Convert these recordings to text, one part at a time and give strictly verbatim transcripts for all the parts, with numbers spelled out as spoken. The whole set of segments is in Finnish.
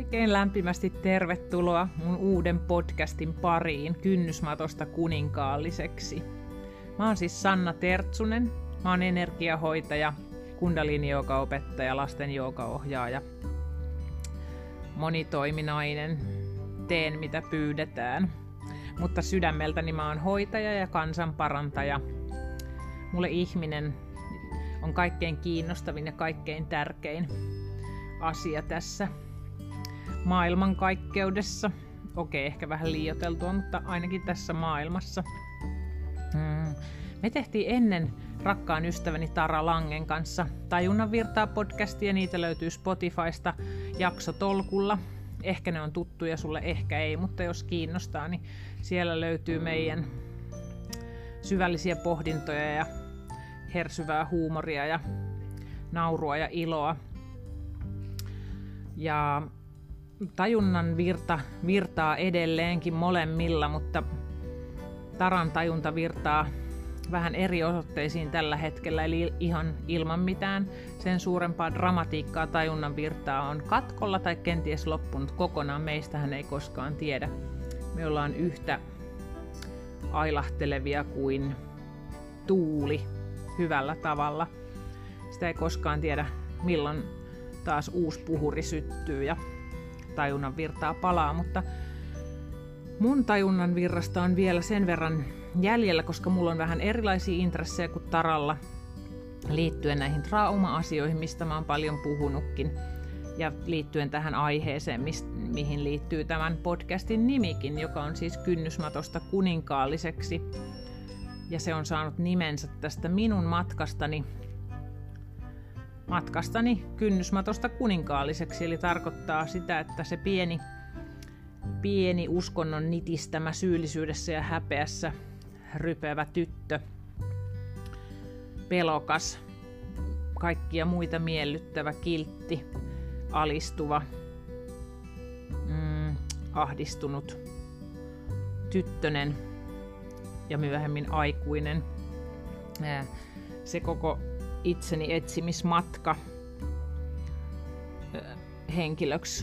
Oikein lämpimästi tervetuloa mun uuden podcastin pariin Kynnysmatosta kuninkaalliseksi. Mä oon siis Sanna Tertsunen. Mä oon energiahoitaja, kundalini-joogaopettaja, lasten joogaohjaaja, monitoiminainen, teen mitä pyydetään. Mutta sydämeltäni mä oon hoitaja ja kansanparantaja. Mulle ihminen on kaikkein kiinnostavin ja kaikkein tärkein asia tässä maailmankaikkeudessa. Okei, ehkä vähän liioiteltua, mutta ainakin tässä maailmassa. Hmm. Me tehtiin ennen rakkaan ystäväni Tara Langen kanssa Tajunnan virtaa podcastia. Niitä löytyy Spotifysta jaksotolkulla. Ehkä ne on tuttuja sulle, ehkä ei, mutta jos kiinnostaa, niin siellä löytyy meidän syvällisiä pohdintoja ja hersyvää huumoria ja naurua ja iloa. Ja tajunnan virta virtaa edelleenkin molemmilla, mutta Taran tajunta virtaa vähän eri osoitteisiin tällä hetkellä, eli ihan ilman mitään sen suurempaa dramatiikkaa tajunnan virtaa on katkolla tai kenties loppunut kokonaan. Meistähän ei koskaan tiedä. Me ollaan yhtä ailahtelevia kuin tuuli hyvällä tavalla. Sitä ei koskaan tiedä, milloin taas uusi puhuri syttyy ja tajunnan virtaa palaa, mutta mun tajunnan virrasta on vielä sen verran jäljellä, koska mulla on vähän erilaisia intressejä kuin Taralla liittyen näihin trauma-asioihin, mistä mä oon paljon puhunutkin, ja liittyen tähän aiheeseen, mist, mihin liittyy tämän podcastin nimikin, joka on siis Kynnysmatosta kuninkaalliseksi, ja se on saanut nimensä tästä minun matkastani matkastani Kynnysmatosta kuninkaalliseksi, eli tarkoittaa sitä, että se pieni pieni uskonnon nitistämä syyllisyydessä ja häpeässä rypevä tyttö, pelokas, kaikkia muita miellyttävä, kiltti, alistuva, mm, ahdistunut tyttönen ja myöhemmin aikuinen. Se koko itseni etsimismatka henkilöksi,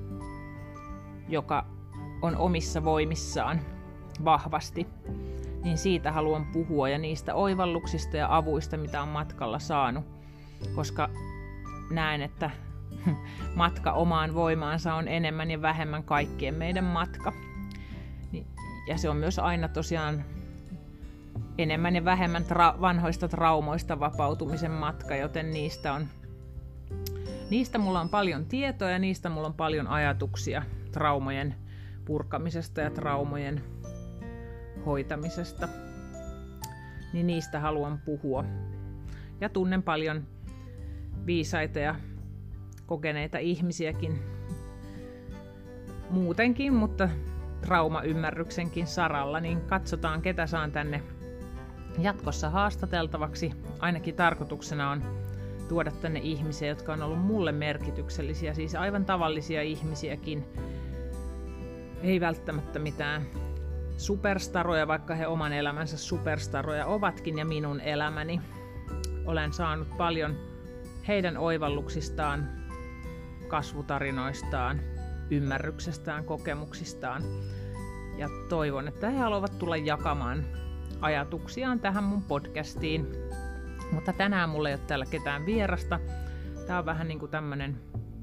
joka on omissa voimissaan vahvasti, niin siitä haluan puhua ja niistä oivalluksista ja avuista, mitä on matkalla saanut, koska näen, että matka omaan voimaansa on enemmän ja vähemmän kaikkien meidän matka. Ja se on myös aina tosiaan enemmän ja vähemmän tra- vanhoista traumoista vapautumisen matka, joten niistä on Niistä mulla on paljon tietoa ja niistä mulla on paljon ajatuksia traumojen purkamisesta ja traumojen hoitamisesta. Niin niistä haluan puhua. Ja tunnen paljon viisaita ja kokeneita ihmisiäkin muutenkin, mutta traumaymmärryksenkin saralla, niin katsotaan ketä saan tänne jatkossa haastateltavaksi. Ainakin tarkoituksena on tuoda tänne ihmisiä, jotka on ollut mulle merkityksellisiä, siis aivan tavallisia ihmisiäkin. Ei välttämättä mitään superstaroja, vaikka he oman elämänsä superstaroja ovatkin ja minun elämäni. Olen saanut paljon heidän oivalluksistaan, kasvutarinoistaan, ymmärryksestään, kokemuksistaan. Ja toivon, että he haluavat tulla jakamaan ajatuksiaan tähän mun podcastiin. Mutta tänään mulla ei ole täällä ketään vierasta. Tää on vähän niin kuin tämmönen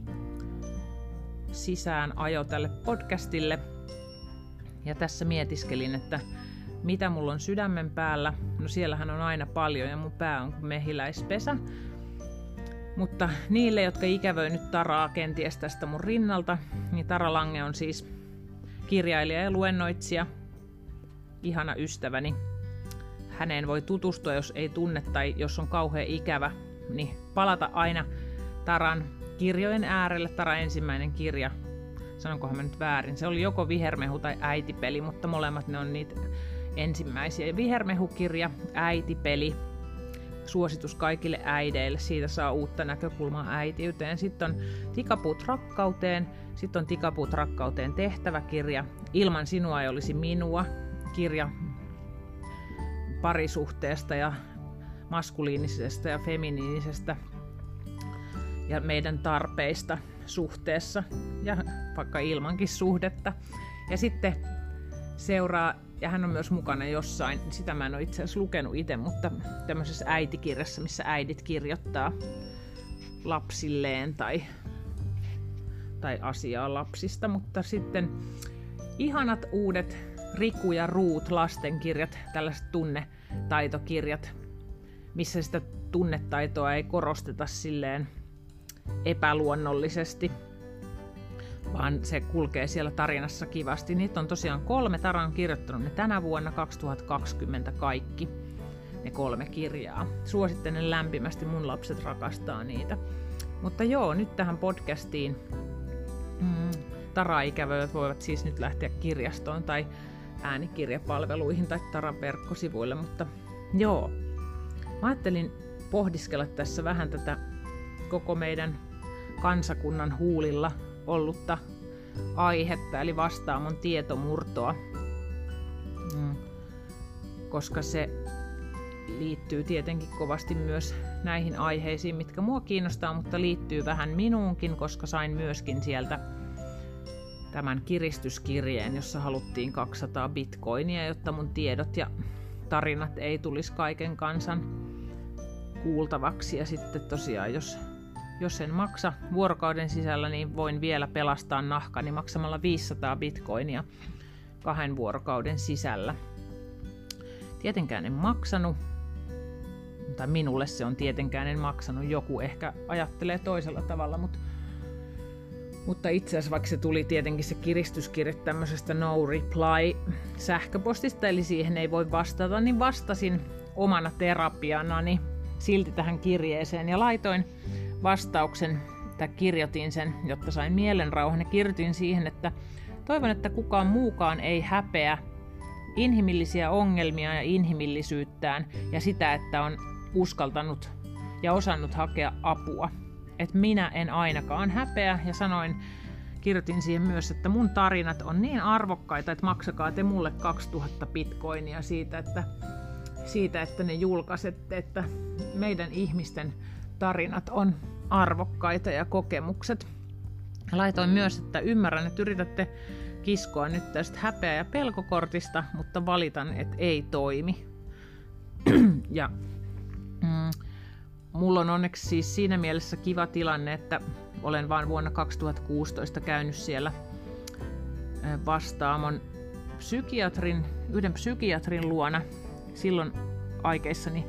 sisäänajo tälle podcastille. Ja tässä mietiskelin, että mitä mulla on sydämen päällä. No siellähän on aina paljon ja mun pää on kuin mehiläispesä. Mutta niille, jotka ikävöi nyt Taraa kenties tästä mun rinnalta, niin Tara Lange on siis kirjailija ja luennoitsija. Ihana ystäväni. Häneen voi tutustua, jos ei tunne tai jos on kauhean ikävä, niin palata aina Taran kirjojen äärelle. Taran ensimmäinen kirja, sanonkohan mä nyt väärin, se oli joko Vihermehu tai Äitipeli, mutta molemmat ne on niitä ensimmäisiä. Vihermehu-kirja, Äitipeli, suositus kaikille äideille, siitä saa uutta näkökulmaa äitiyteen. Sitten on Tikapuut rakkauteen, sitten on Tikapuut rakkauteen tehtäväkirja, Ilman sinua ei olisi minua, kirja parisuhteesta ja maskuliinisesta ja feminiinisestä ja meidän tarpeista suhteessa ja vaikka ilmankin suhdetta. Ja sitten seuraa, ja hän on myös mukana jossain, sitä mä en ole itse asiassa lukenut itse, mutta tämmöisessä äitikirjassa, missä äidit kirjoittaa lapsilleen tai, tai asiaa lapsista, mutta sitten ihanat uudet Riku ja Ruut lastenkirjat, tällaiset tunnetaitokirjat, missä sitä tunnetaitoa ei korosteta silleen epäluonnollisesti, vaan se kulkee siellä tarinassa kivasti. Niitä on tosiaan kolme. Tara on kirjoittanut ne tänä vuonna kaksituhattakaksikymmentä kaikki, ne kolme kirjaa. Suosittelen lämpimästi, mun lapset rakastaa niitä. Mutta joo, nyt tähän podcastiin. Mm, Tara-ikävöt voivat siis nyt lähteä kirjastoon tai äänikirjapalveluihin tai Taran verkkosivuille, mutta joo. Mä ajattelin pohdiskella tässä vähän tätä koko meidän kansakunnan huulilla ollutta aihetta, eli Vastaamon tietomurtoa, mm. koska se liittyy tietenkin kovasti myös näihin aiheisiin, mitkä mua kiinnostaa, mutta liittyy vähän minuunkin, koska sain myöskin sieltä tämän kiristyskirjeen, jossa haluttiin kaksisataa bitcoinia, jotta mun tiedot ja tarinat ei tulisi kaiken kansan kuultavaksi. Ja sitten tosiaan, jos, jos en maksa vuorokauden sisällä, niin voin vielä pelastaa nahkani maksamalla viisisataa bitcoinia kahden vuorokauden sisällä. Tietenkään en maksanut, tai minulle se on tietenkään en maksanut. Joku ehkä ajattelee toisella tavalla, mutta Mutta itse asiassa vaikka se tuli tietenkin se kiristyskirje tämmöisestä no reply sähköpostista, eli siihen ei voi vastata, niin vastasin omana terapianani silti tähän kirjeeseen ja laitoin vastauksen, tai kirjoitin sen, jotta sain mielenrauhan, ja kirjoitin siihen, että toivon, että kukaan muukaan ei häpeä inhimillisiä ongelmia ja inhimillisyyttään ja sitä, että on uskaltanut ja osannut hakea apua. Että minä en ainakaan häpeä, ja sanoin, kirjoitin siihen myös, että mun tarinat on niin arvokkaita, että maksakaa te mulle kaksituhatta bitcoinia siitä, että, siitä, että ne julkaisette, että meidän ihmisten tarinat on arvokkaita ja kokemukset. Laitoin myös, että ymmärrän, että yritätte kiskoa nyt tästä häpeä- ja pelkokortista, mutta valitan, että ei toimi. ja mm, Mulla on onneksi siis siinä mielessä kiva tilanne, että olen vain vuonna kaksituhattakuusitoista käynyt siellä Vastaamon psykiatrin, yhden psykiatrin luona silloin aikeissani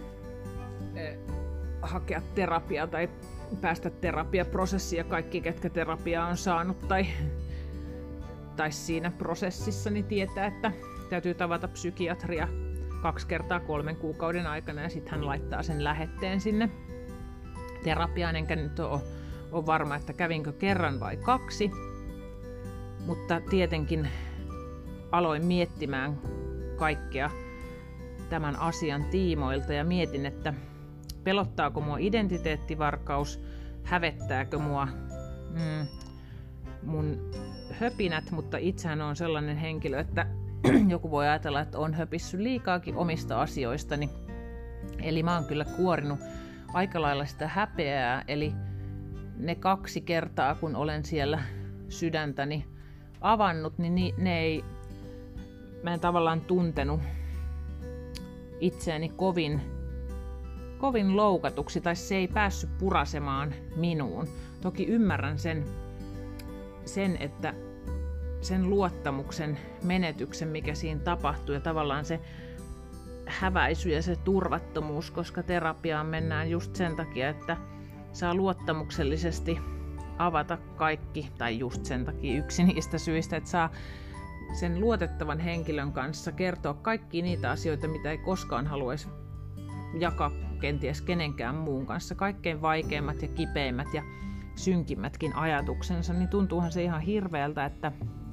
hakea terapiaa tai päästä terapiaprosessiin, ja kaikki, ketkä terapiaa on saanut tai, tai siinä prosessissa, niin tietää, että täytyy tavata psykiatria kaksi kertaa kolmen kuukauden aikana, ja sitten hän laittaa sen lähetteen sinne terapiaan, enkä nyt ole, ole varma, että kävinkö kerran vai kaksi, mutta tietenkin aloin miettimään kaikkea tämän asian tiimoilta ja mietin, että pelottaako mua identiteettivarkaus, hävettääkö mua mm, mun höpinät, mutta itsehän on sellainen henkilö, että joku voi ajatella, että on höpissyt liikaakin omista asioistani. Eli mä oon kyllä kuorinut aika lailla sitä häpeää, eli ne kaksi kertaa, kun olen siellä sydäntäni avannut, niin ne ei, mä en tavallaan tuntenut itseäni kovin, kovin loukatuksi, tai se ei päässyt purasemaan minuun. Toki ymmärrän sen, sen että sen luottamuksen menetyksen, mikä siinä tapahtui, ja tavallaan se häväisy ja se turvattomuus, koska terapiaan mennään just sen takia, että saa luottamuksellisesti avata kaikki, tai just sen takia yksi niistä syistä, että saa sen luotettavan henkilön kanssa kertoa kaikki niitä asioita, mitä ei koskaan haluaisi jakaa kenties kenenkään muun kanssa, kaikkein vaikeimmat ja kipeimmät ja synkimmätkin ajatuksensa, niin tuntuuhan se ihan hirveältä, että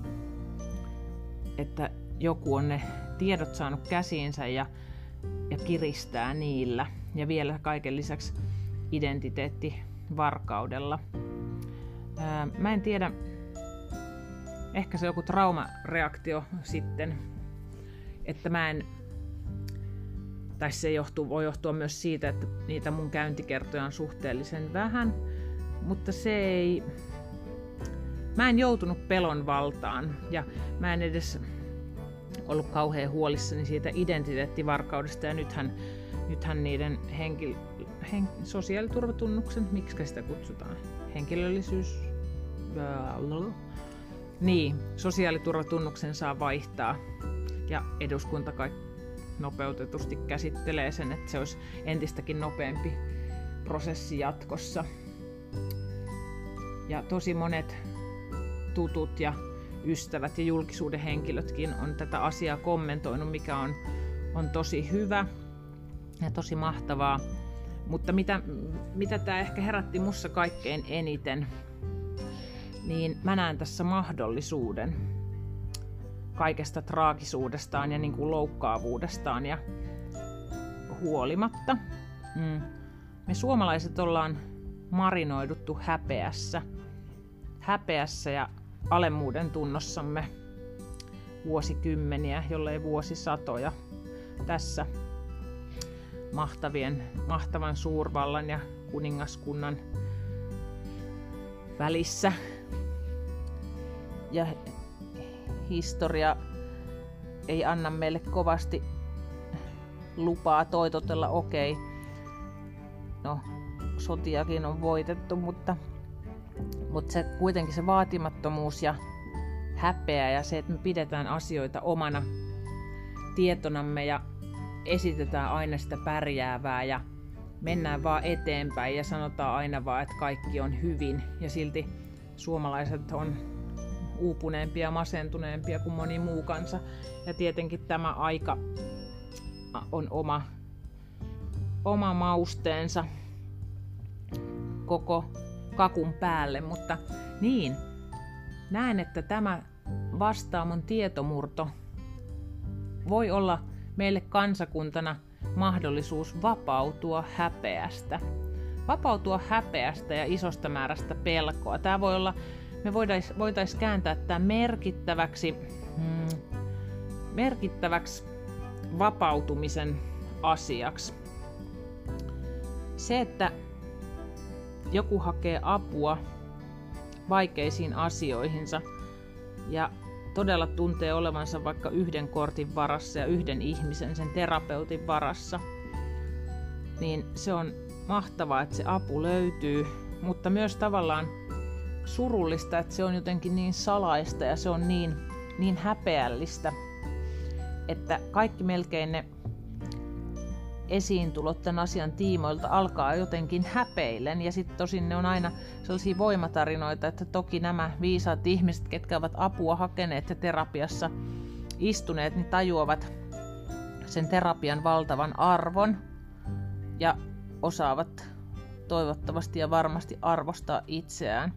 että joku on ne tiedot saanut käsiinsä ja, ja kiristää niillä, ja vielä kaiken lisäksi identiteettivarkaudella. Ää, mä en tiedä, ehkä se on joku traumareaktio sitten, että mä en, tai se johtuu, voi johtua myös siitä, että niitä mun käyntikertoja on suhteellisen vähän, mutta se ei, mä en joutunut pelon valtaan ja mä en edes ollut kauhean huolissani siitä identiteettivarkaudesta ja nythän, nythän niiden henki, hen, sosiaaliturvatunnuksen, miksi sitä kutsutaan, henkilöllisyys, niin, sosiaaliturvatunnuksen saa vaihtaa ja eduskunta kai nopeutetusti käsittelee sen, että se olisi entistäkin nopeampi prosessi jatkossa. Ja tosi monet tutut ja ystävät ja julkisuuden henkilötkin on tätä asiaa kommentoinut, mikä on, on tosi hyvä ja tosi mahtavaa. Mutta mitä, mitä tämä ehkä herätti mussa kaikkein eniten, niin mä näen tässä mahdollisuuden kaikesta traagisuudestaan ja niin kuin loukkaavuudestaan ja huolimatta. Mm. Me suomalaiset ollaan marinoiduttu häpeässä, häpeässä ja alemmuuden tunnossamme vuosikymmeniä, jollei vuosisatoja tässä mahtavien, mahtavan suurvallan ja kuningaskunnan välissä. Ja historia ei anna meille kovasti lupaa toitotella, okei, no sotiakin on voitettu, mutta, mutta se, kuitenkin se vaatimattomuus ja häpeä ja se, että me pidetään asioita omana tietonamme ja esitetään aina sitä pärjäävää ja mennään vaan eteenpäin ja sanotaan aina vaan, että kaikki on hyvin ja silti suomalaiset on uupuneempia ja masentuneempia kuin moni muu kansa. Ja tietenkin tämä aika on oma, oma mausteensa koko kakun päälle, mutta niin, näen, että tämä Vastaamon tietomurto voi olla meille kansakuntana mahdollisuus vapautua häpeästä. Vapautua häpeästä ja isosta määrästä pelkoa. Tämä voi olla, me voitais, voitais kääntää tämä merkittäväksi, hmm, merkittäväksi vapautumisen asiaksi. Se, että joku hakee apua vaikeisiin asioihinsa ja todella tuntee olevansa vaikka yhden kortin varassa ja yhden ihmisen, sen terapeutin varassa, niin se on mahtavaa, että se apu löytyy, mutta myös tavallaan surullista, että se on jotenkin niin salaista ja se on niin, niin häpeällistä, että kaikki melkein ne esiintulot tämän asian tiimoilta alkaa jotenkin häpeillen ja sitten tosin ne on aina sellaisia voimatarinoita, että toki nämä viisaat ihmiset, ketkä ovat apua hakeneet ja terapiassa istuneet, niin tajuavat sen terapian valtavan arvon ja osaavat toivottavasti ja varmasti arvostaa itseään.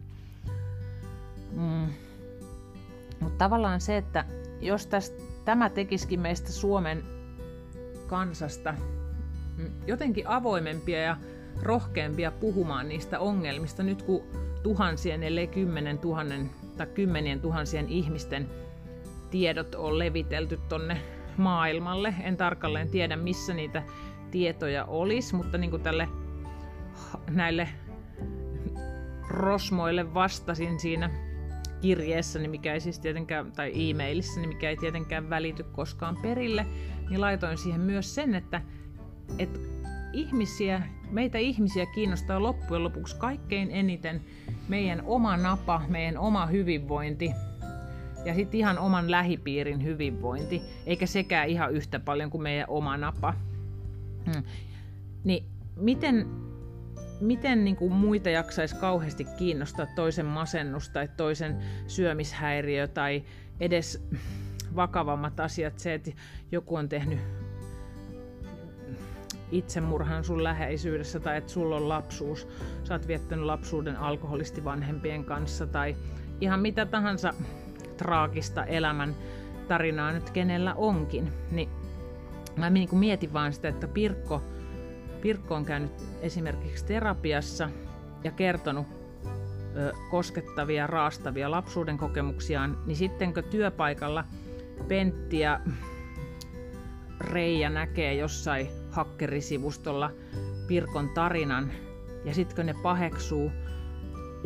Mm. Mutta tavallaan se, että jos tästä, tämä tekisikin meistä Suomen kansasta jotenkin avoimempia ja rohkeampia puhumaan niistä ongelmista nyt kun tuhansien, ellei kymmenen tuhannen tai kymmenien tuhansien ihmisten tiedot on levitelty tonne maailmalle. En tarkalleen tiedä, missä niitä tietoja olisi, mutta niin kuin tälle, näille rosmoille vastasin siinä kirjeessäni, mikä ei siis tietenkään, tai e-mailissa, mikä ei tietenkään välity koskaan perille, niin laitoin siihen myös sen, että, että ihmisiä, meitä ihmisiä kiinnostaa loppujen lopuksi kaikkein eniten meidän oma napa, meidän oma hyvinvointi ja sitten ihan oman lähipiirin hyvinvointi, eikä sekään ihan yhtä paljon kuin meidän oma napa. Hmm. Niin miten, miten niin kuin muita jaksaisi kauheasti kiinnostaa toisen masennus tai toisen syömishäiriö tai edes vakavammat asiat, se, että joku on tehnyt itsemurhan sun läheisyydessä tai että sulla on lapsuus, sä oot viettänyt lapsuuden alkoholistivanhempien kanssa tai ihan mitä tahansa traagista elämän tarinaa nyt kenellä onkin, niin mä niin kuin mietin vaan sitä, että Pirkko, Pirkko on käynyt esimerkiksi terapiassa ja kertonut ö, koskettavia, raastavia lapsuuden kokemuksiaan, niin sittenkö työpaikalla Pentti ja Reija näkee jossain hakkerisivustolla Pirkon tarinan ja sitten ne paheksuu ja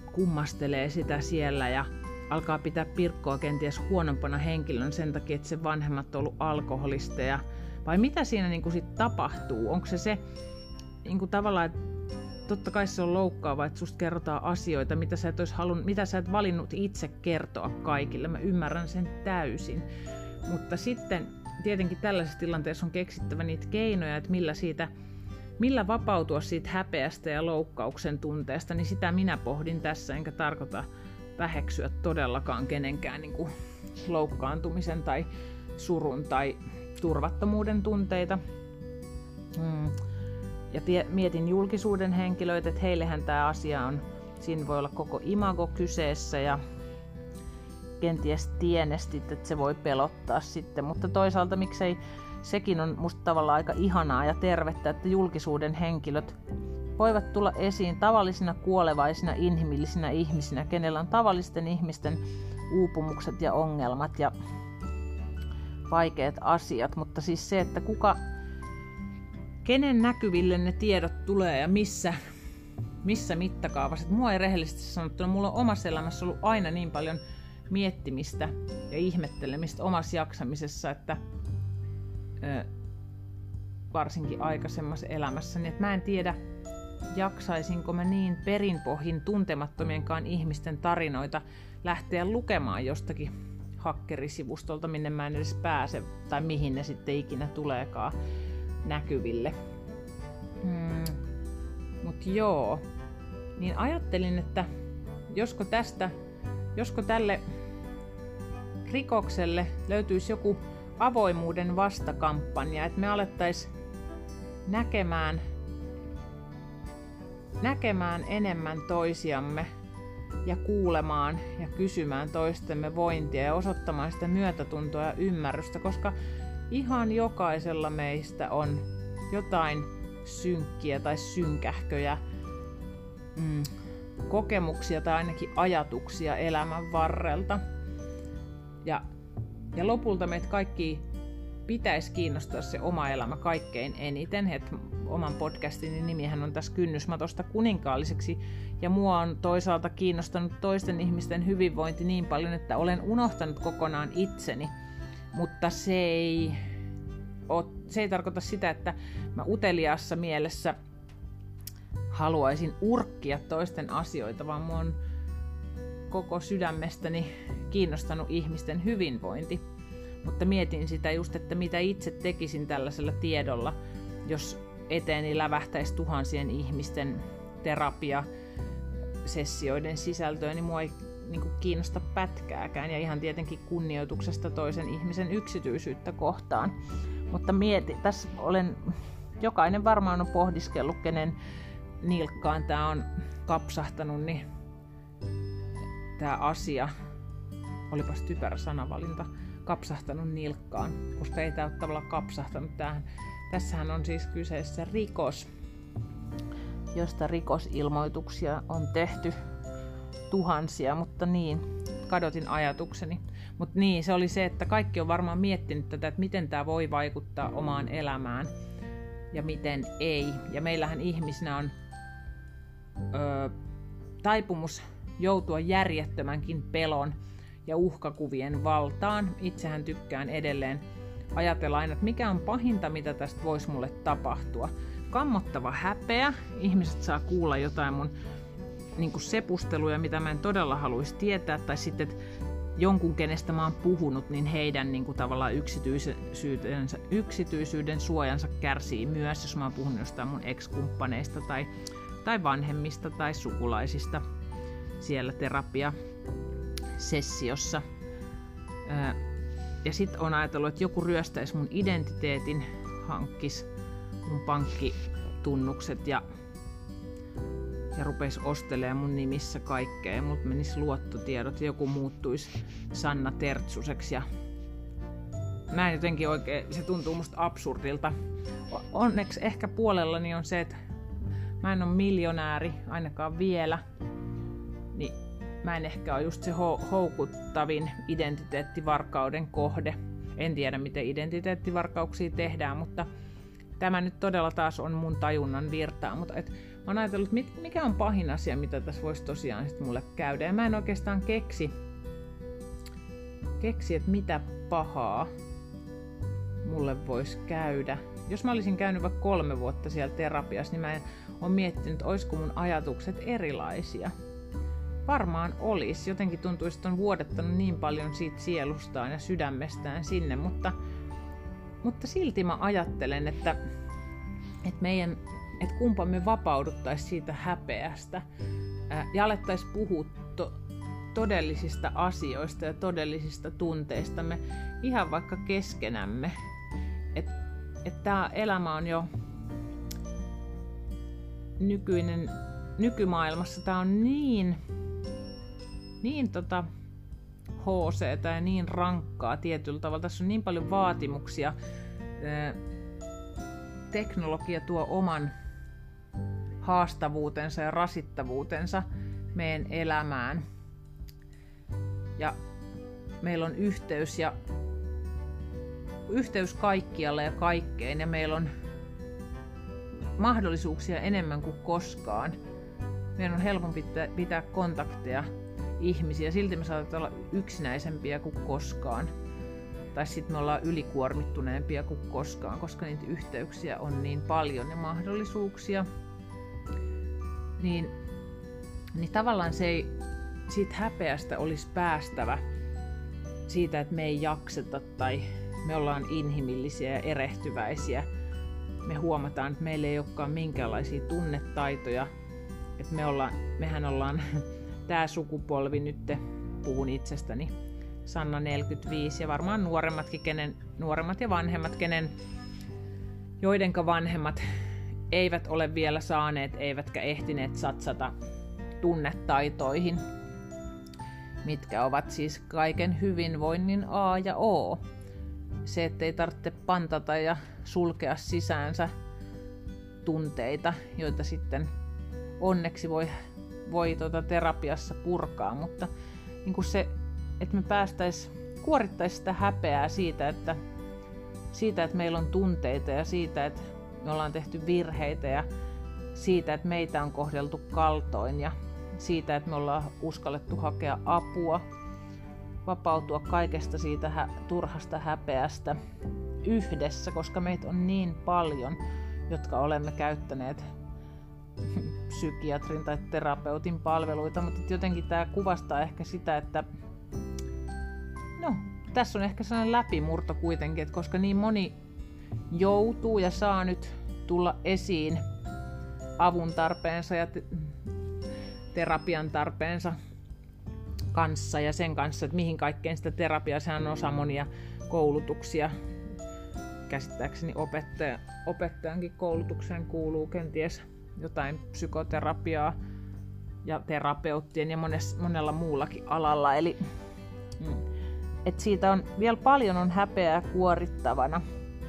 kummastelee sitä siellä ja alkaa pitää Pirkkoa kenties huonompana henkilön sen takia, että sen vanhemmat on ollut alkoholisteja. Vai mitä siinä niin kuin sit tapahtuu? Onko se se niin kuin tavallaan, että totta kai se on loukkaavaa, että susta kerrotaan asioita, mitä sä et, halunnut, mitä sä et valinnut itse kertoa kaikille. Mä ymmärrän sen täysin. Mutta sitten tietenkin tällaisessa tilanteessa on keksittävä niitä keinoja, että millä, siitä, millä vapautua siitä häpeästä ja loukkauksen tunteesta, niin sitä minä pohdin tässä, enkä tarkoita väheksyä todellakaan kenenkään niin kuin loukkaantumisen tai surun tai turvattomuuden tunteita. Hmm. Ja tie, mietin julkisuuden henkilöitä, että heillehän tämä asia on, siinä voi olla koko imago kyseessä ja kenties tienestit, että se voi pelottaa sitten, mutta toisaalta miksei sekin on musta tavallaan aika ihanaa ja tervettä, että julkisuuden henkilöt voivat tulla esiin tavallisina kuolevaisina inhimillisinä ihmisinä, kenellä on tavallisten ihmisten uupumukset ja ongelmat ja vaikeat asiat, mutta siis se, että kuka, kenen näkyville ne tiedot tulee ja missä, missä mittakaavassa. Mua ei rehellisesti sanottuna, mulla on omassa elämässä ollut aina niin paljon miettimistä ja ihmettelemistä omassa jaksamisessa, että ö, varsinkin aikaisemmassa elämässäni, että mä en tiedä, jaksaisinko mä niin perinpohjin tuntemattomienkaan ihmisten tarinoita lähteä lukemaan jostakin hakkerisivustolta, minne mä en edes pääse, tai mihin ne sitten ikinä tuleekaan näkyville. Hmm. Mut joo, niin ajattelin, että josko tästä, josko tälle rikokselle löytyisi joku avoimuuden vastakampanja, että me alettaisiin näkemään, näkemään enemmän toisiamme ja kuulemaan ja kysymään toistemme vointia ja osoittamaan sitä myötätuntoa ja ymmärrystä, koska ihan jokaisella meistä on jotain synkkiä tai synkähköjä mm, kokemuksia tai ainakin ajatuksia elämän varrelta. Ja, ja lopulta meitä kaikki pitäisi kiinnostaa se oma elämä kaikkein eniten. Et oman podcastini nimihän on tässä Kynnysmatosta kuninkaalliseksi. Ja mua on toisaalta kiinnostanut toisten ihmisten hyvinvointi niin paljon, että olen unohtanut kokonaan itseni. Mutta se ei, ole, se ei tarkoita sitä, että mä uteliaassa mielessä haluaisin urkkia toisten asioita, vaan mua on koko sydämestäni kiinnostanut ihmisten hyvinvointi. Mutta mietin sitä just, että mitä itse tekisin tällaisella tiedolla, jos eteeni lävähtäisi tuhansien ihmisten terapiasessioiden sisältöä, niin mua ei niin kuin kiinnosta pätkääkään, ja ihan tietenkin kunnioituksesta toisen ihmisen yksityisyyttä kohtaan. Mutta mieti, tässä olen, jokainen varmaan on pohdiskellut, kenen nilkkaan tämä on kapsahtanut, niin tämä asia, olipas typerä sanavalinta, kapsahtanut nilkkaan, koska ei tämä ole tavallaan kapsahtanut. Tämähän, tässähän on siis kyseessä rikos, josta rikosilmoituksia on tehty tuhansia, mutta niin, kadotin ajatukseni. Mutta niin, se oli se, että kaikki on varmaan miettinyt tätä, että miten tämä voi vaikuttaa omaan elämään ja miten ei. Ja meillähän ihmisinä on ö, taipumus joutua järjettömänkin pelon ja uhkakuvien valtaan. Itsehän tykkään edelleen ajatella aina, että mikä on pahinta, mitä tästä voisi mulle tapahtua. Kammottava häpeä, ihmiset saa kuulla jotain mun niin kuin sepusteluja, mitä mä en todella haluaisi tietää, tai sitten jonkun, kenestä mä oon puhunut, niin heidän niin kuin tavallaan yksityisyyden, yksityisyyden suojansa kärsii myös, jos mä oon puhunut jostain mun ex-kumppaneista tai, tai vanhemmista tai sukulaisista siellä terapiasessiossa. Ja sit on ajatellut, että joku ryöstäisi mun identiteetin, hankkisi mun pankkitunnukset ja ja rupesi ostelemaan mun nimissä kaikkea ja mut menisi luottotiedot ja joku muuttuisi Sanna Tertsuseksi ja mä en jotenkin oikein, se tuntuu musta absurdilta. Onneksi ehkä puolellani on se, että mä en ole miljonääri ainakaan vielä, niin mä en ehkä ole just se houkuttavin identiteettivarkauden kohde. En tiedä, miten identiteettivarkauksia tehdään, mutta tämä nyt todella taas on mun tajunnan virtaa, mutta et, mä oon ajatellut, mikä on pahin asia, mitä tässä voisi tosiaan sit mulle käydä. Ja mä en oikeastaan keksi, keksi että mitä pahaa mulle voisi käydä. Jos mä olisin käynyt vaikka kolme vuotta siellä terapiassa, niin mä en ole miettinyt, että olisiko mun ajatukset erilaisia. Varmaan olisi. Jotenkin tuntuisi, että on vuodattanut niin paljon siitä sielustaan ja sydämestään sinne, mutta, mutta silti mä ajattelen, että, että, meidän, että kumpa me vapauduttaisiin siitä häpeästä ää, ja alettaisiin puhua to, todellisista asioista ja todellisista tunteistamme ihan vaikka keskenämme. Että et tämä elämä on jo nykyinen, nykymaailmassa, tämä on niin niin tota H C:tä ja niin rankkaa tietyllä tavalla. Tässä on niin paljon vaatimuksia. Teknologia tuo oman haastavuutensa ja rasittavuutensa meidän elämään. Ja meillä on yhteys ja yhteys kaikkialle ja kaikkeen, ja meillä on mahdollisuuksia enemmän kuin koskaan. Meidän on helpompi pitää kontakteja ihmisiä, silti me saatetaan olla yksinäisempiä kuin koskaan. Tai sitten me ollaan ylikuormittuneempia kuin koskaan, koska niitä yhteyksiä on niin paljon ja mahdollisuuksia. Niin, niin tavallaan se ei, siitä häpeästä olisi päästävä siitä, että me ei jakseta tai me ollaan inhimillisiä ja erehtyväisiä. Me huomataan, että meillä ei olekaan minkäänlaisia tunnetaitoja. Että me ollaan, mehän ollaan tämä sukupolvi nyt, puhun itsestäni, Sanna neljäkymmentäviisi, ja varmaan nuoremmatkin, kenen, nuoremmat ja vanhemmat, kenen, joidenka vanhemmat eivät ole vielä saaneet, eivätkä ehtineet satsata tunnetaitoihin, mitkä ovat siis kaiken hyvinvoinnin A ja O. Se, ettei tarvitse pantata ja sulkea sisäänsä tunteita, joita sitten onneksi voi, voi tuota terapiassa purkaa, mutta niin kuin se, että me päästäisiin, kuorittaisiin sitä häpeää siitä että, siitä, että meillä on tunteita ja siitä, että me ollaan tehty virheitä ja siitä, että meitä on kohdeltu kaltoin ja siitä, että me ollaan uskallettu hakea apua, vapautua kaikesta siitä hä- turhasta häpeästä yhdessä, koska meitä on niin paljon, jotka olemme käyttäneet psykiatrin tai terapeutin palveluita, mutta jotenkin tämä kuvastaa ehkä sitä, että no, tässä on ehkä sellainen läpimurto kuitenkin, että koska niin moni joutuu ja saa nyt tulla esiin avun tarpeensa ja te- terapian tarpeensa kanssa ja sen kanssa, että mihin kaikkeen sitä terapiaa, sehän on osa monia koulutuksia. Käsittääkseni opettaja, opettajankin koulutukseen kuuluu kenties jotain psykoterapiaa ja terapeuttien ja mones, monella muullakin alalla. Eli mm, et siitä on vielä paljon on häpeää kuorittavana.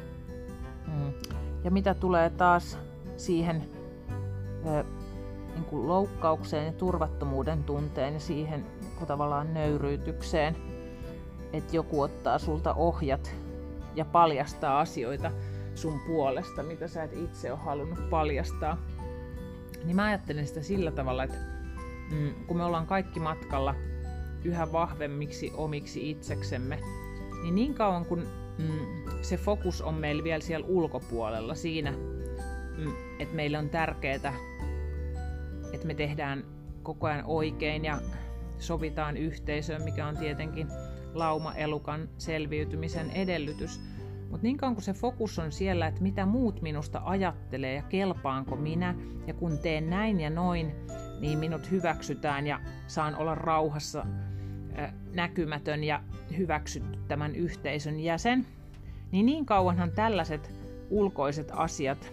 Mm. Ja mitä tulee taas siihen ö, niin kuin loukkaukseen ja turvattomuuden tunteen ja siihen tavallaan nöyryytykseen, että joku ottaa sulta ohjat ja paljastaa asioita sun puolesta, mitä sä et itse ole halunnut paljastaa. Niin mä ajattelen sitä sillä tavalla, että mm, kun me ollaan kaikki matkalla yhä vahvemmiksi omiksi itseksemme, niin niin kauan kun mm, se fokus on meillä vielä siellä ulkopuolella siinä, mm, että meille on tärkeää, että me tehdään koko ajan oikein ja sovitaan yhteisöön, mikä on tietenkin lauma-elukan selviytymisen edellytys. Mutta niin kauan kun se fokus on siellä, että mitä muut minusta ajattelee ja kelpaanko minä, ja kun teen näin ja noin, niin minut hyväksytään ja saan olla rauhassa äh, näkymätön ja hyväksytty tämän yhteisön jäsen, niin niin kauanhan tällaiset ulkoiset asiat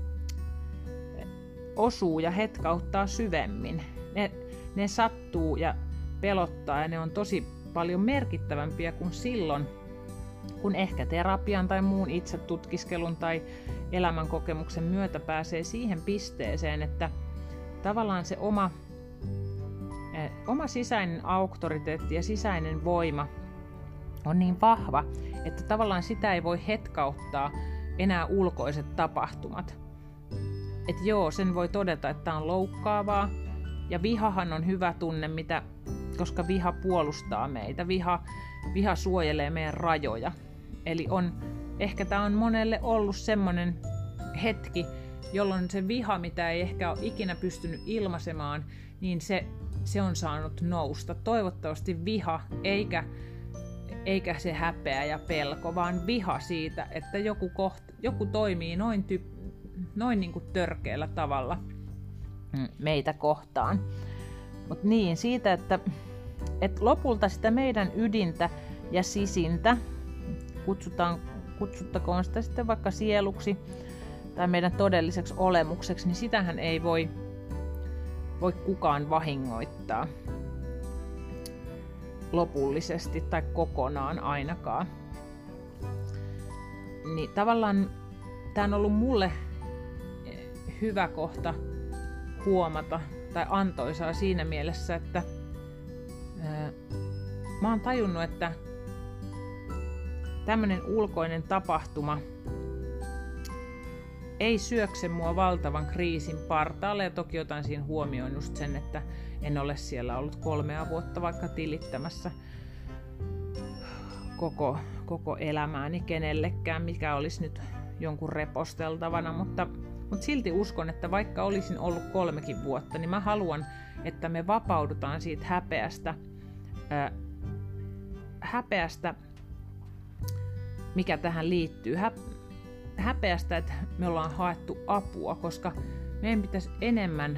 osuu ja hetkauttaa syvemmin. Ne, ne sattuu ja pelottaa ja ne on tosi paljon merkittävämpiä kuin silloin, kun ehkä terapian tai muun itsetutkiskelun tai elämänkokemuksen myötä pääsee siihen pisteeseen, että tavallaan se oma, eh, oma sisäinen auktoriteetti ja sisäinen voima on niin vahva, että tavallaan sitä ei voi hetkauttaa enää ulkoiset tapahtumat. Et joo, sen voi todeta, että on loukkaavaa. Ja vihahan on hyvä tunne, mitä, koska viha puolustaa meitä. Viha, viha suojelee meidän rajoja. Eli on, ehkä tämä on monelle ollut semmoinen hetki, jolloin se viha, mitä ei ehkä ole ikinä pystynyt ilmaisemaan, niin se, se on saanut nousta. Toivottavasti viha, eikä, eikä se häpeä ja pelko, vaan viha siitä, että joku, koht, joku toimii noin, ty, noin niin kuin törkeällä tavalla meitä kohtaan. Mutta niin, siitä, että, että lopulta sitä meidän ydintä ja sisintä, kutsutaan, kutsuttakoon sitä sitten vaikka sieluksi tai meidän todelliseksi olemukseksi, niin sitähän ei voi, voi kukaan vahingoittaa lopullisesti tai kokonaan ainakaan. Niin tavallaan tämä on ollut mulle hyvä kohta huomata tai antoisaa siinä mielessä, että ää, mä oon tajunnut, että tämmönen ulkoinen tapahtuma ei syökse mua valtavan kriisin partaalle, ja toki otan siinä huomioon just sen, että en ole siellä ollut kolmea vuotta vaikka tilittämässä koko, koko elämääni kenellekään, mikä olisi nyt jonkun reposteltavana, mutta, mutta silti uskon, että vaikka olisin ollut kolmekin vuotta, niin mä haluan, että me vapaudutaan siitä häpeästä, ää, häpeästä, mikä tähän liittyy. Hä, häpeästä, että me ollaan haettu apua, koska meidän pitäisi enemmän,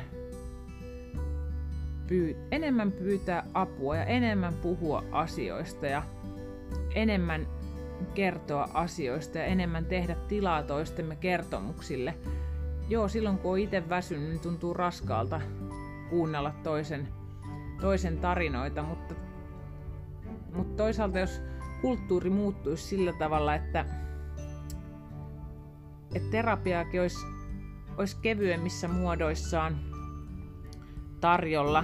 pyy- enemmän pyytää apua ja enemmän puhua asioista ja enemmän kertoa asioista ja enemmän tehdä tilaa toistemme kertomuksille. Joo, silloin kun on itse väsynyt, niin tuntuu raskaalta kuunnella toisen, toisen tarinoita, mutta, mutta toisaalta jos kulttuuri muuttuisi sillä tavalla, että, että terapiaakin olisi, olisi kevyemmissä muodoissaan tarjolla,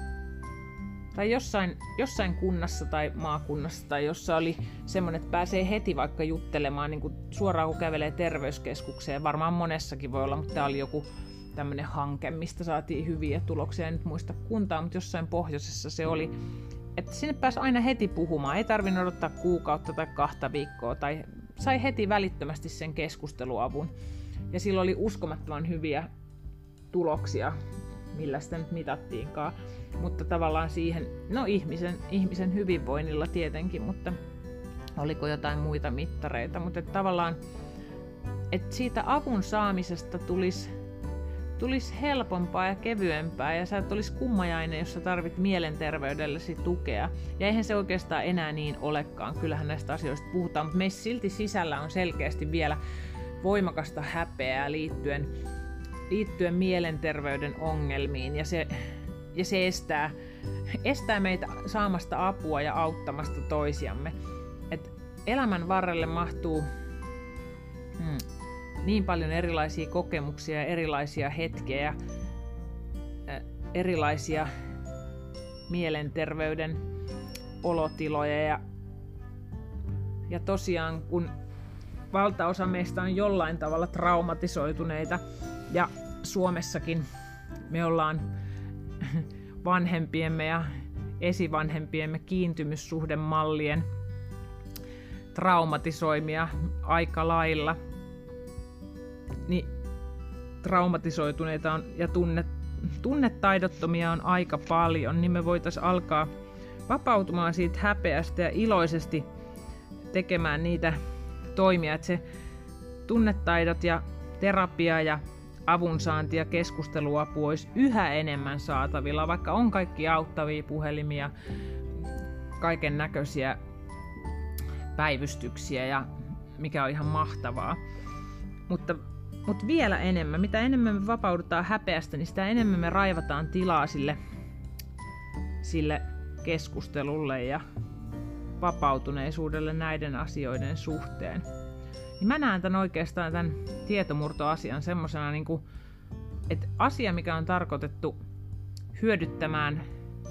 tai jossain, jossain kunnassa tai maakunnassa tai jossa oli semmoinen, että pääsee heti vaikka juttelemaan niin kuin suoraan kun kävelee terveyskeskukseen. Varmaan monessakin voi olla, mutta tämä oli joku tämmöinen hanke, mistä saatiin hyviä tuloksia. En nyt muista kuntaa, mutta jossain pohjoisessa se oli, että sinne pääsi aina heti puhumaan. Ei tarvinnut odottaa kuukautta tai kahta viikkoa tai sai heti välittömästi sen keskusteluavun. Ja sillä oli uskomattoman hyviä tuloksia, millä sitä nyt mitattiinkaan. Mutta tavallaan siihen, no ihmisen, ihmisen hyvinvoinnilla tietenkin, mutta oliko jotain muita mittareita. Mutta että tavallaan, että siitä avun saamisesta tulisi, tulisi helpompaa ja kevyempää ja sä et olisi kummajainen, jos sä tarvit mielenterveydellesi tukea. Ja eihän se oikeastaan enää niin olekaan, kyllähän näistä asioista puhutaan, mutta meissä silti sisällä on selkeästi vielä voimakasta häpeää liittyen, liittyen mielenterveyden ongelmiin ja se Ja se estää, estää meitä saamasta apua ja auttamasta toisiamme. Et elämän varrelle mahtuu hmm, niin paljon erilaisia kokemuksia ja erilaisia hetkiä, äh, erilaisia mielenterveyden olotiloja. Ja, ja tosiaan, kun valtaosa meistä on jollain tavalla traumatisoituneita, ja Suomessakin me ollaan vanhempiemme ja esivanhempiemme kiintymyssuhdemallien traumatisoimia aika lailla, niin traumatisoituneita on, ja tunnet, tunnetaidottomia on aika paljon, niin me voitaisiin alkaa vapautumaan siitä häpeästä ja iloisesti tekemään niitä toimia, että se tunnetaidot ja terapia ja avunsaanti ja keskusteluapu olisi yhä enemmän saatavilla, vaikka on kaikki auttavia puhelimia, kaiken näköisiä päivystyksiä ja mikä on ihan mahtavaa. Mutta, mutta vielä enemmän, mitä enemmän me vapaudutaan häpeästä, niin sitä enemmän me raivataan tilaa sille, sille keskustelulle ja vapautuneisuudelle näiden asioiden suhteen. Niin mä näen tämän oikeastaan tämän tietomurtoasian semmoisena, niin kuin, että asia, mikä on tarkoitettu hyödyttämään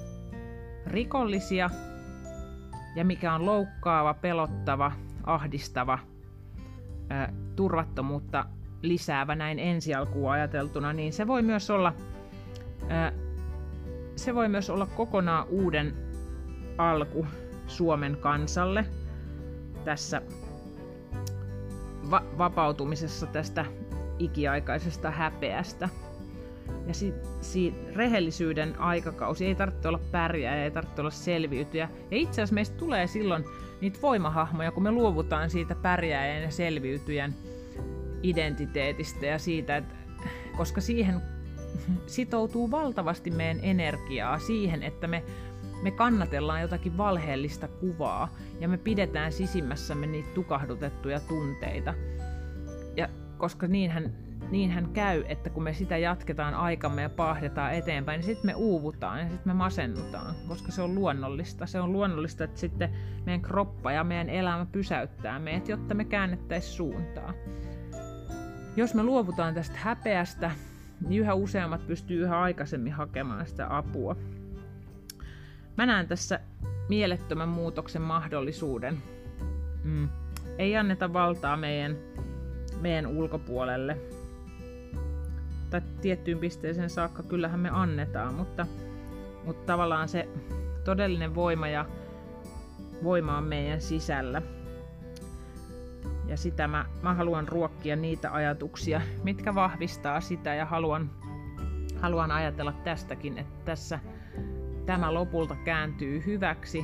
rikollisia ja mikä on loukkaava, pelottava, ahdistava, ää, turvattomuutta lisäävä näin ensi alkuun ajateltuna, niin se voi myös olla, ää, se voi myös olla kokonaan uuden alku Suomen kansalle tässä va- vapautumisessa tästä ikiaikaisesta häpeästä. Ja si- si- rehellisyyden aikakausi ei tarvitse olla pärjääjä, ei tarvitse olla selviytyjä. Ja itse asiassa meistä tulee silloin niitä voimahahmoja, kun me luovutaan siitä pärjääjän ja selviytyjän identiteetistä ja siitä, että koska siihen sitoutuu valtavasti meidän energiaa siihen, että me, me kannatellaan jotakin valheellista kuvaa ja me pidetään sisimmässämme niitä tukahdutettuja tunteita. Ja koska niinhän, niinhän käy, että kun me sitä jatketaan aikamme ja paahdetaan eteenpäin, niin sitten me uuvutaan ja sitten me masennutaan, koska se on luonnollista. Se on luonnollista, että sitten meidän kroppa ja meidän elämä pysäyttää meidät, jotta me käännettäisiin suuntaa. Jos me luovutaan tästä häpeästä, niin yhä useammat pystyy yhä aikaisemmin hakemaan sitä apua. Mä näen tässä mielettömän muutoksen mahdollisuuden. Mm. Ei anneta valtaa meidän, meidän ulkopuolelle. Tai tiettyyn pisteeseen saakka kyllähän me annetaan, mutta, mutta tavallaan se todellinen voima ja voima on meidän sisällä. Ja sitä mä, mä haluan ruokkia niitä ajatuksia, mitkä vahvistaa sitä, ja haluan, haluan ajatella tästäkin, että tässä tämä lopulta kääntyy hyväksi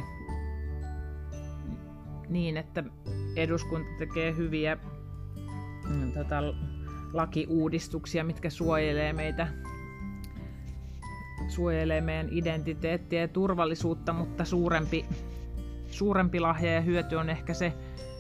niin, että eduskunta tekee hyviä mm, tota, lakiuudistuksia, mitkä suojelee meitä, suojelee meidän identiteettiä ja turvallisuutta, mutta suurempi, suurempi lahja ja hyöty on ehkä se,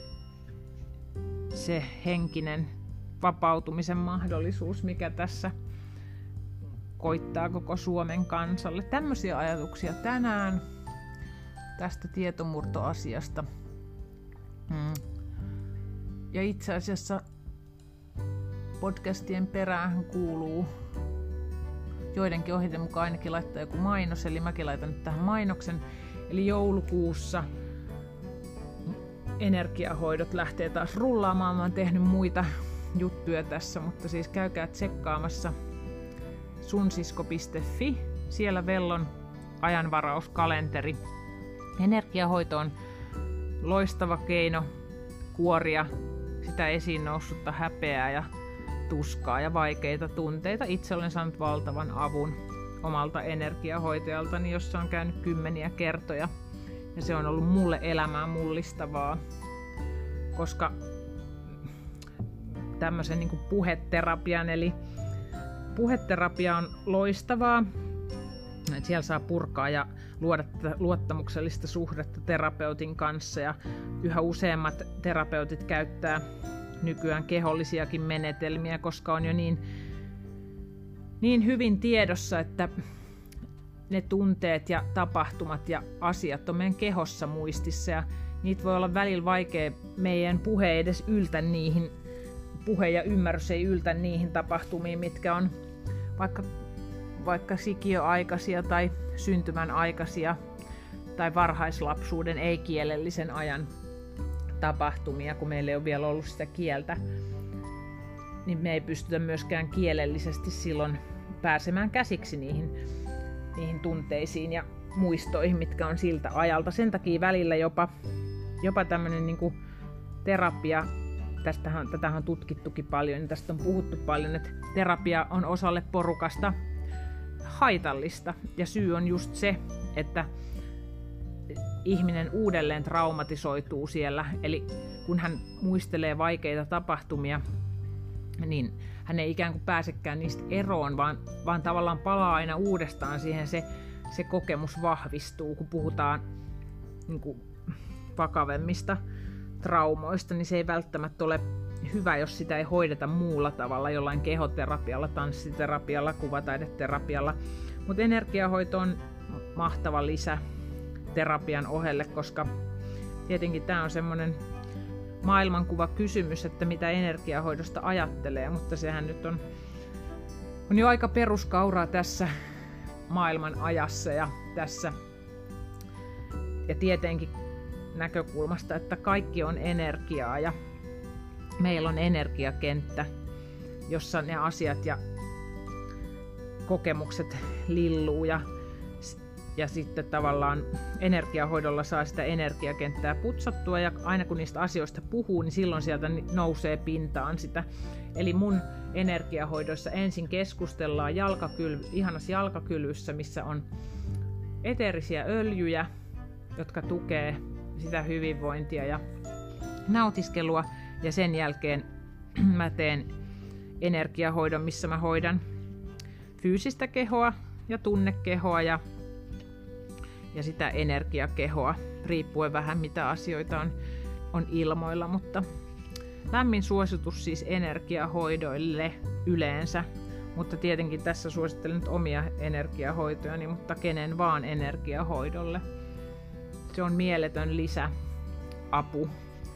se henkinen vapautumisen mahdollisuus, mikä tässä koittaa koko Suomen kansalle. Tämmöisiä ajatuksia tänään tästä tietomurtoasiasta. Hmm. Ja itse asiassa podcastien perään kuuluu joidenkin ohjeiden mukaan ainakin laittaa joku mainos, eli mäkin laitan nyt tähän mainoksen. Eli joulukuussa energiahoidot lähtee taas rullaamaan. Mä oon tehnyt muita juttuja tässä, mutta siis käykää tsekkaamassa sunsisko piste fi. Siellä Vellon ajanvarauskalenteri. Energiahoito on loistava keino kuoria sitä esiin noussutta häpeää ja tuskaa ja vaikeita tunteita. Itse olen saanut valtavan avun omalta energiahoitajaltani, jossa on käynyt kymmeniä kertoja. Ja se on ollut mulle elämää mullistavaa, koska tämmöisen niin kuin puheterapian, eli puheterapia on loistavaa. Siellä saa purkaa ja luoda tätä luottamuksellista suhdetta terapeutin kanssa, ja yhä useammat terapeutit käyttää nykyään kehollisiakin menetelmiä, koska on jo niin, niin hyvin tiedossa, että ne tunteet ja tapahtumat ja asiat on meidän kehossa muistissa, ja niitä voi olla välillä vaikea meidän puhe ei edes yltä niihin, puhe ja ymmärrys ei yltä niihin tapahtumiin, mitkä on vaikka, vaikka sikiöaikaisia tai syntymän aikaisia tai varhaislapsuuden ei-kielellisen ajan tapahtumia, kun meillä ei ole vielä ollut sitä kieltä, niin me ei pystytä myöskään kielellisesti silloin pääsemään käsiksi niihin, niihin tunteisiin ja muistoihin, mitkä on siltä ajalta. Sen takia välillä jopa, jopa tämmöinen niin kuin terapia, tästähän, tätähän on tutkittukin paljon, niin tästä on puhuttu paljon, että terapia on osalle porukasta haitallista. Ja syy on just se, että ihminen uudelleen traumatisoituu siellä. Eli kun hän muistelee vaikeita tapahtumia, niin hän ei ikään kuin pääsekään niistä eroon, vaan, vaan tavallaan palaa aina uudestaan siihen, se, se kokemus vahvistuu, kun puhutaan niin kuin vakavemmista traumoista, niin se ei välttämättä ole hyvä, jos sitä ei hoideta muulla tavalla, jollain kehoterapialla, tanssiterapialla, kuvataideterapialla. Mutta energiahoito on mahtava lisä terapian ohelle, koska tietenkin tämä on semmoinen maailmankuva kysymys, että mitä energiahoidosta ajattelee, mutta sehän nyt on, on jo aika peruskauraa tässä maailman ajassa ja tässä ja tietenkin näkökulmasta, että kaikki on energiaa ja meillä on energiakenttä, jossa ne asiat ja kokemukset lilluu ja, ja sitten tavallaan energiahoidolla saa sitä energiakenttää putsattua ja aina kun niistä asioista puhuu, niin silloin sieltä nousee pintaan sitä. Eli mun energiahoidoissa ensin keskustellaan jalkakyl, ihanassa jalkakylyssä, missä on eteerisiä öljyjä, jotka tukee sitä hyvinvointia ja nautiskelua. Ja sen jälkeen mä teen energiahoidon, missä mä hoidan fyysistä kehoa ja tunnekehoa ja, ja sitä energiakehoa, riippuen vähän mitä asioita on, on ilmoilla, mutta lämmin suositus siis energiahoidoille yleensä, mutta tietenkin tässä suosittelen nyt omia energiahoitojani, mutta kenen vaan energiahoidolle. Se on mieletön lisäapu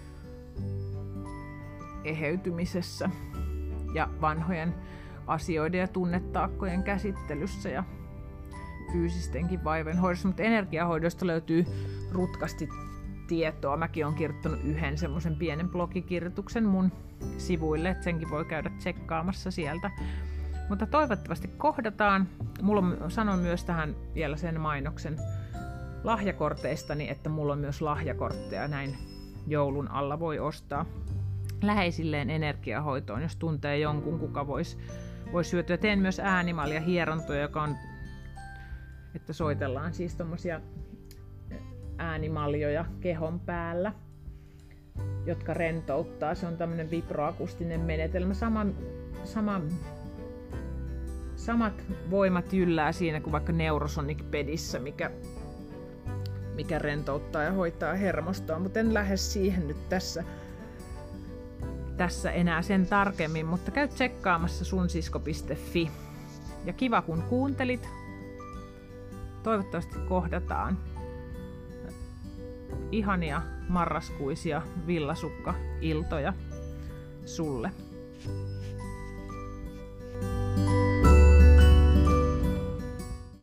eheytymisessä ja vanhojen asioiden ja tunnetaakkojen käsittelyssä ja fyysistenkin vaivojen hoidossa, mutta energiahoidosta löytyy rutkasti tietoa. Mäkin olen kirjoittanut yhden semmoisen pienen blogikirjoituksen mun sivuille, että senkin voi käydä tsekkaamassa sieltä. Mutta toivottavasti kohdataan. Mulla on, sanon myös tähän vielä sen mainoksen lahjakorteistani, että mulla on myös lahjakortteja näin joulun alla voi ostaa läheisilleen energiahoitoon, jos tuntee jonkun, kuka voisi vois hyötyä. Teen myös äänimalja hierontoja, joka on, että soitellaan siis tommosia äänimaljoja kehon päällä, jotka rentouttaa. Se on tämmöinen vibroakustinen menetelmä. Sama, sama, samat voimat jyllää siinä kuin vaikka Neurosonic Pedissä, mikä, mikä rentouttaa ja hoitaa hermostoa, mutta en lähde siihen nyt tässä, tässä enää sen tarkemmin, mutta käy tsekkaamassa sunsisko piste fi. Ja kiva kun kuuntelit. Toivottavasti kohdataan. Ihania marraskuisia villasukka-iltoja sulle.